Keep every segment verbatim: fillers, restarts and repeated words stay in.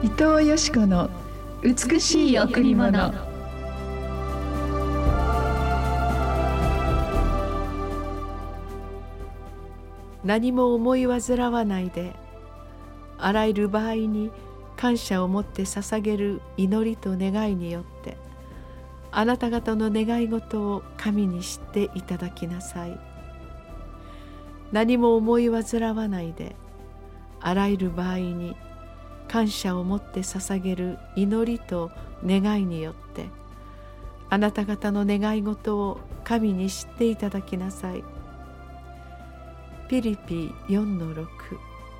伊藤よし子の美しい贈り物。 何も思い煩わないで、あらゆる場合に感謝を持って捧げる祈りと願いによって、あなた方の願い事を神に知っていただきなさい。何も思い煩わないで、あらゆる場合に感謝を持って捧げる祈りと願いによって、あなた方の願い事を神に知っていただきなさい。ピリピ よんのろく。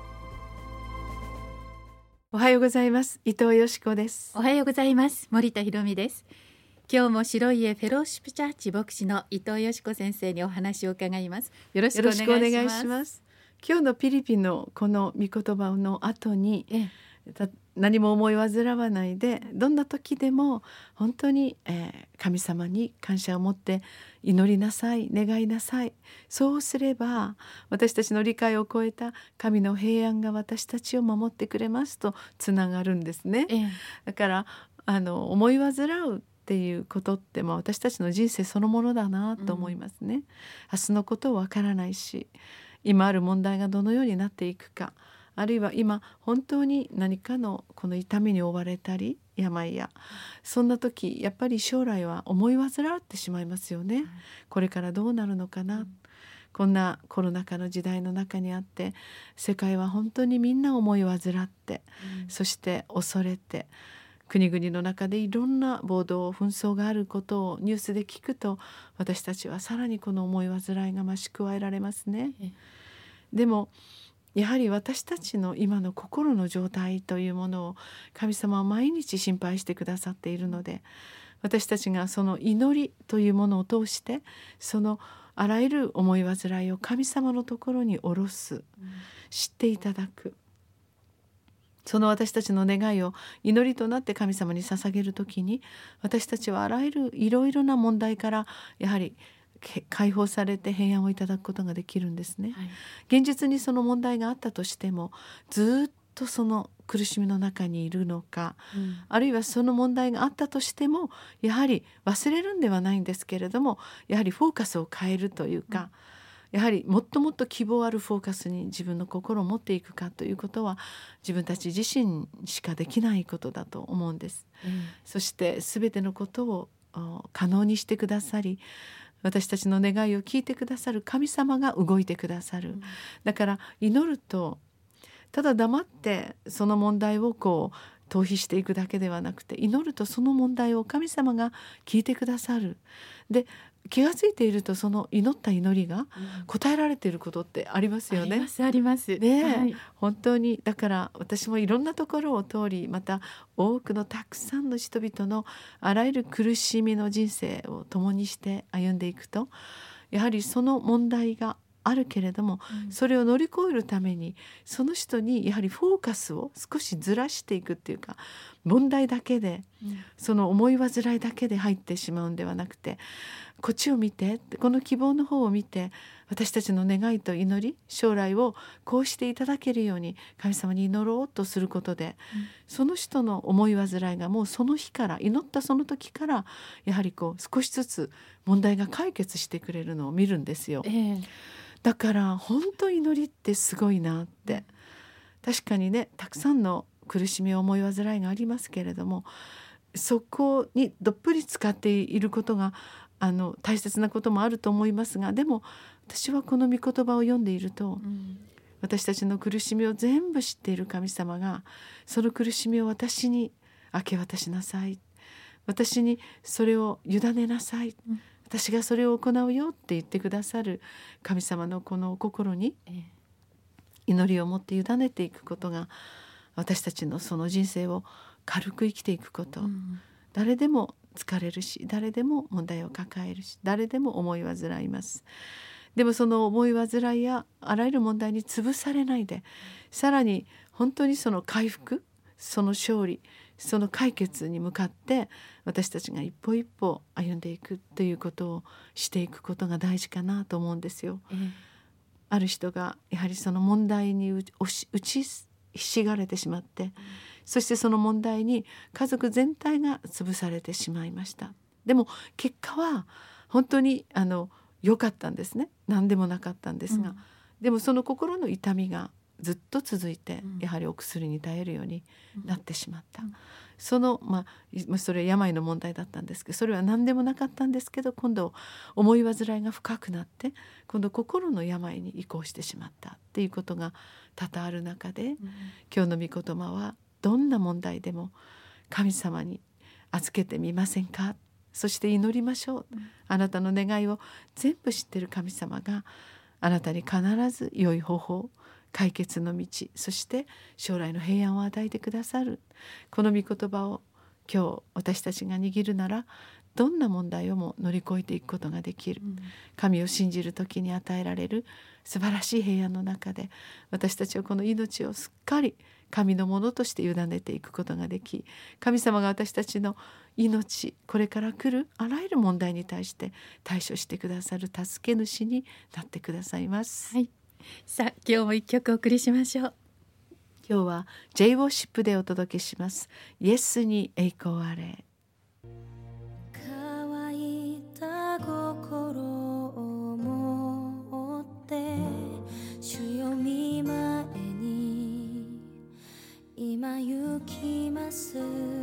おはようございます。伊藤よし子です。 おはようございます。森田博美です。今日も白い家フェローシップチャーチ牧師の伊藤よし子先生にお話を伺います。よろしくお願いします。 よろしくお願いします。今日のピリピのこの御言葉の後に、ええ、何も思い煩わないで、どんな時でも本当に、えー、神様に感謝を持って祈りなさい、願いなさい。そうすれば私たちの理解を超えた神の平安が私たちを守ってくれますとつながるんですね、ええ、だからあの思い煩うっていうことって、まあ、私たちの人生そのものだなと思いますね、うん、明日のことはわからないし、今ある問題がどのようになっていくか、あるいは今本当に何かのこの痛みに追われたり病や、そんな時やっぱり将来は思い煩わってしまいますよね、うん、これからどうなるのかな、うん、こんなコロナ禍の時代の中にあって世界は本当にみんな思い煩って、うん、そして恐れて、国々の中でいろんな暴動紛争があることをニュースで聞くと、私たちはさらにこの思い煩いが増し加えられますね。でもやはり私たちの今の心の状態というものを神様は毎日心配してくださっているので、私たちがその祈りというものを通してそのあらゆる思い煩いを神様のところに下ろす、うん、知っていただく、その私たちの願いを祈りとなって神様に捧げるときに、私たちはあらゆるいろいろな問題からやはり解放されて平安をいただくことができるんですね、はい、現実にその問題があったとしてもずっとその苦しみの中にいるのか、うん、あるいはその問題があったとしてもやはり忘れるんではないんですけれども、やはりフォーカスを変えるというか、うん、やはりもっともっと希望あるフォーカスに自分の心を持っていくかということは自分たち自身しかできないことだと思うんです、うん、そして全てのことを可能にしてくださり、私たちの願いを聞いてくださる神様が動いてくださる、うん、だから祈るとただ黙ってその問題をこう逃避していくだけではなくて、祈るとその問題を神様が聞いてくださる。で、気がついているとその祈った祈りが答えられていることってありますよね、うん、 ありますありますね、 はい、 本当にだから私もいろんなところを通り、また多くのたくさんの人々のあらゆる苦しみの人生を共にして歩んでいくと、やはりその問題があるけれども、うん、それを乗り越えるためにその人にやはりフォーカスを少しずらしていくっていうか、問題だけで、うん、その思い煩いだけで入ってしまうんではなくて、こっちを見て、この希望の方を見て、私たちの願いと祈り、将来をこうしていただけるように神様に祈ろうとすることで、うん、その人の思い煩いがもうその日から、祈ったその時からやはりこう少しずつ問題が解決してくれるのを見るんですよ、えー、だから本当に祈りってすごいなって。確かにね、たくさんの苦しみ思い煩いがありますけれども、そこにどっぷり使っていることがあの大切なこともあると思いますが、でも私はこの御言葉を読んでいると、うん、私たちの苦しみを全部知っている神様がその苦しみを私に明け渡しなさい、私にそれを委ねなさい、うん、私がそれを行うよって言ってくださる神様のこの心に祈りを持って委ねていくことが、私たちのその人生を軽く生きていくこと、うん、誰でも疲れるし、誰でも問題を抱えるし、誰でも思い煩います。でもその思い煩いやあらゆる問題に潰されないで、さらに本当にその回復、その勝利、その解決に向かって私たちが一歩一歩歩んでいくということをしていくことが大事かなと思うんですよ、えー、ある人がやはりその問題に打ちひしがれてしまって、 そしてその問題に家族全体が潰されてしまいました。でも結果は本当にあの良かったんですね。何でもなかったんですが、うん、でもその心の痛みがずっと続いて、うん、やはりお薬に頼るようになってしまった、うん、そのまあそれは病の問題だったんですけど、それは何でもなかったんですけど、今度思い煩いが深くなって今度心の病に移行してしまったっていうことが多々ある中で、うん、今日の御言葉はどんな問題でも神様に預けてみませんか、そして祈りましょう、うん、あなたの願いを全部知っている神様があなたに必ず良い方法、解決の道、そして将来の平安を与えてくださる。この御言葉を今日私たちが握るならどんな問題をも乗り越えていくことができる、うん、神を信じる時に与えられる素晴らしい平安の中で私たちはこの命をすっかり神のものとして委ねていくことができ、神様が私たちの命、これから来るあらゆる問題に対して対処してくださる助け主になってくださいます、 はい、さあ今日も一曲お送りしましょう。 今日は J ウォーシップでお届けします。イエスに栄光あれ。 乾いた心を持って主よ御前に今行きます。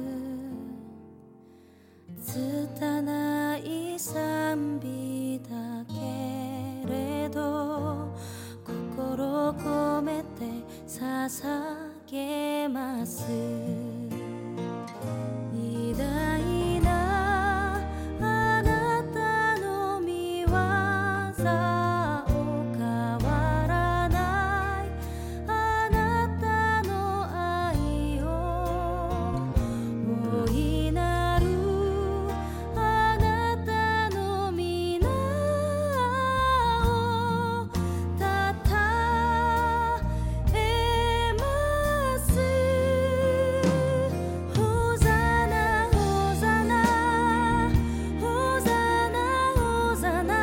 拙い賛美だけれど心込めて捧げます。偉大なあなたの御業を変わらないあなたの愛を大いなるあなたの皆をたたえますホザナホザナホザナホザナ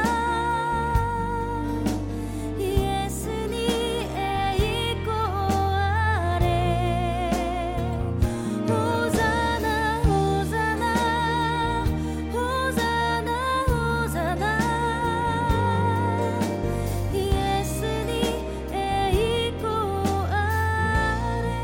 イエスに栄光あれホザナホザナホザナホザナイエスに栄光あれ。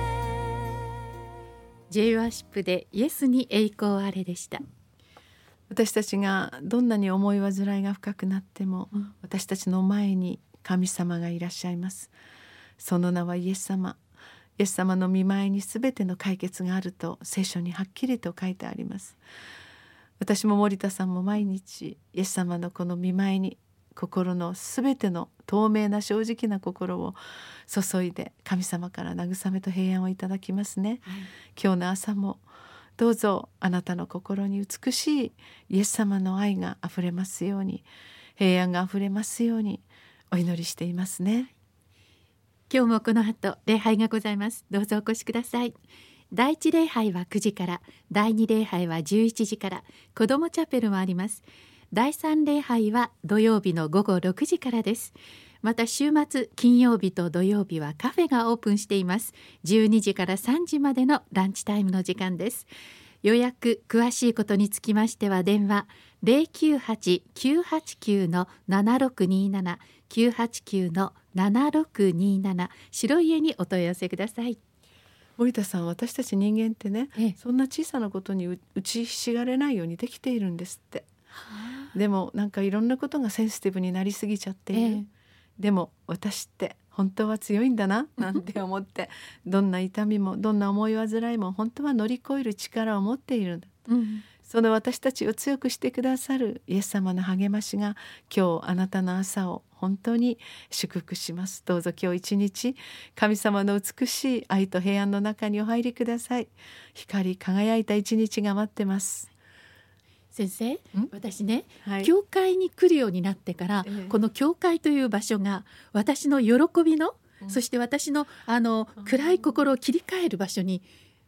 J ワーシップでイエスに栄光あれでした。 私たちがどんなに思い煩いが深くなっても、うん、私たちの前に神様がいらっしゃいます。その名はイエス様。イエス様の御前にすべての解決があると聖書にはっきりと書いてあります。私も森田さんも毎日イエス様のこの御前に心のすべての透明な正直な心を注いで神様から慰めと平安をいただきますね、はい、今日の朝もどうぞあなたの心に美しいイエス様の愛があふれますように、平安があふれますようにお祈りしていますね。 今日もこの後礼拝がございます。どうぞお越しください。第一礼拝はくじから、第二礼拝はじゅういちじから、子どもチャペルもあります。第三礼拝は土曜日の午後ろくじからです。また週末金曜日と土曜日はカフェがオープンしています。じゅうにじからさんじまでのランチタイムの時間です。予約詳しいことにつきましては電話 ゼロきゅうはち きゅうはちきゅう ななろくになな きゅうはちきゅう ななろくになな白家にお問い合わせください。 森田さん、私たち人間ってね、ええ、そんな小さなことに打ちひしがれないようにできているんですって。でもなんかいろんなことがセンシティブになりすぎちゃっている、ええ、でも私って本当は強いんだななんて思ってどんな痛みもどんな思い煩いも本当は乗り越える力を持っているんだ、うん、その私たちを強くしてくださるイエス様の励ましが今日あなたの朝を本当に祝福します。どうぞ今日一日神様の美しい愛と平安の中にお入りください。光り輝いた一日が待ってます。 先生、私ね、はい、教会に来るようになってから、ええ、この教会という場所が私の喜びの、うん、そして私の、あの暗い心を切り替える場所に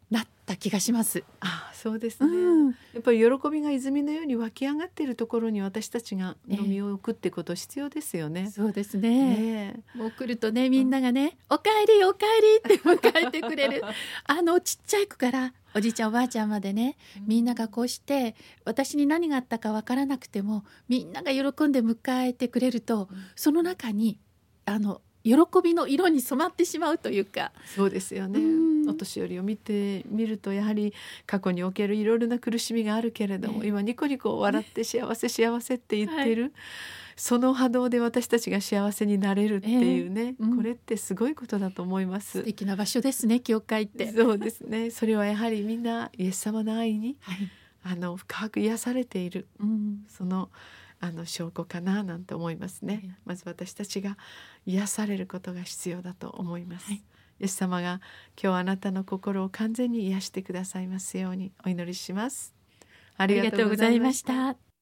なった気がします。 ああ、そうですね、 うん、 やっぱり喜びが泉のように湧き上がっているところに私たちが飲みを置くってこと必要ですよね。 そうですね。 ねえ、 もう来るとね、みんながね、おかえりおかえりって迎えてくれるあのちっちゃい子からおじいちゃんおばあちゃんまでね、みんながこうして私に何があったかわからなくてもみんなが喜んで迎えてくれると、その中にあの喜びの色に染まってしまうというか。 そうですよね、 うんお年寄りを見てみるとやはり過去におけるいろいろな苦しみがあるけれども、 ええ今ニコニコ笑って幸せ幸せって言ってる、その波動で私たちが幸せになれるっていうね、 ええうんこれってすごいことだと思います素。敵な場所ですね、教会って。 そうですね、それはやはりみんなイエス様の愛にはい、 あの深く癒されている、 うんそのあの証拠かななんて思いますね、 ええまず私たちが癒されることが必要だと思います、 はいイエス様が今日あなたの心を完全に癒してくださいますようにお祈りします。あありがとうございました。 た。